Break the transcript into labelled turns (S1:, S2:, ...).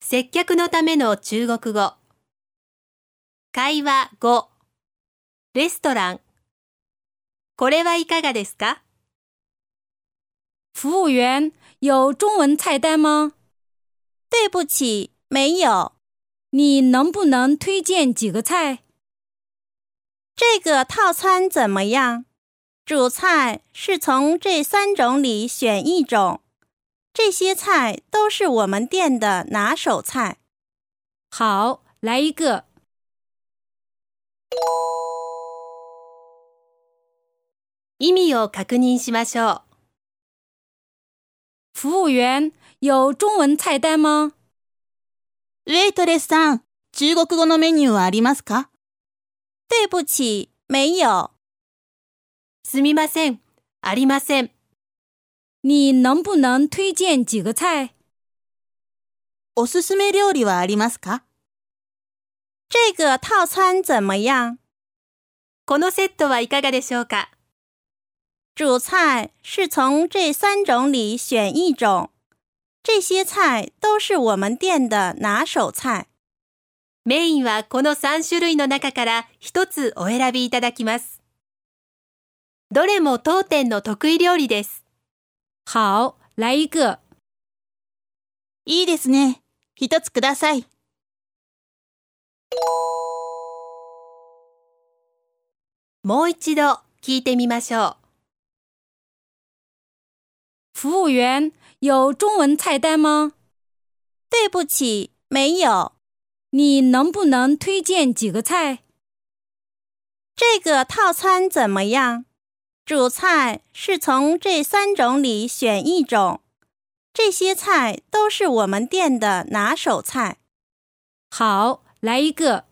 S1: 接客のための中国語。会話5、レストラン。これはいかがですか？
S2: 服务员，有中文菜单吗？
S3: 对不起，没有。
S2: 你能不能推荐几个菜？
S3: 这个套餐怎么样？主菜是从这3种里选一种。这些菜都是我们店的拿手菜。
S2: 好，来一个。
S1: 意味を確認しましょう。
S2: 服务员，有中文菜单吗？
S3: ウェイトレスさん、中国語のメニューはありますか？对不起、没有。
S1: すみません、ありません。
S2: 你能不能推荐几个菜？
S3: おすすめ料理はありますか？这个套餐怎么样？
S1: このセットはいかがでしょうか？
S3: 主菜是从这3种里选一种。这些菜都是我们店的拿手菜。
S1: メインはこの3種類の中から1つお選びいただきます。どれも当店の得意料理です。
S2: 好，来一个。
S3: いいですね。1つください。
S1: もう一度聞いてみましょう。
S2: 服务员，有中文菜单吗？
S3: 对不起，没有。
S2: 你能不能推荐几个菜？
S3: 这个套餐怎么样？主菜是从这3种里选一种。这些菜都是我们店的拿手菜。
S2: 好，来一个。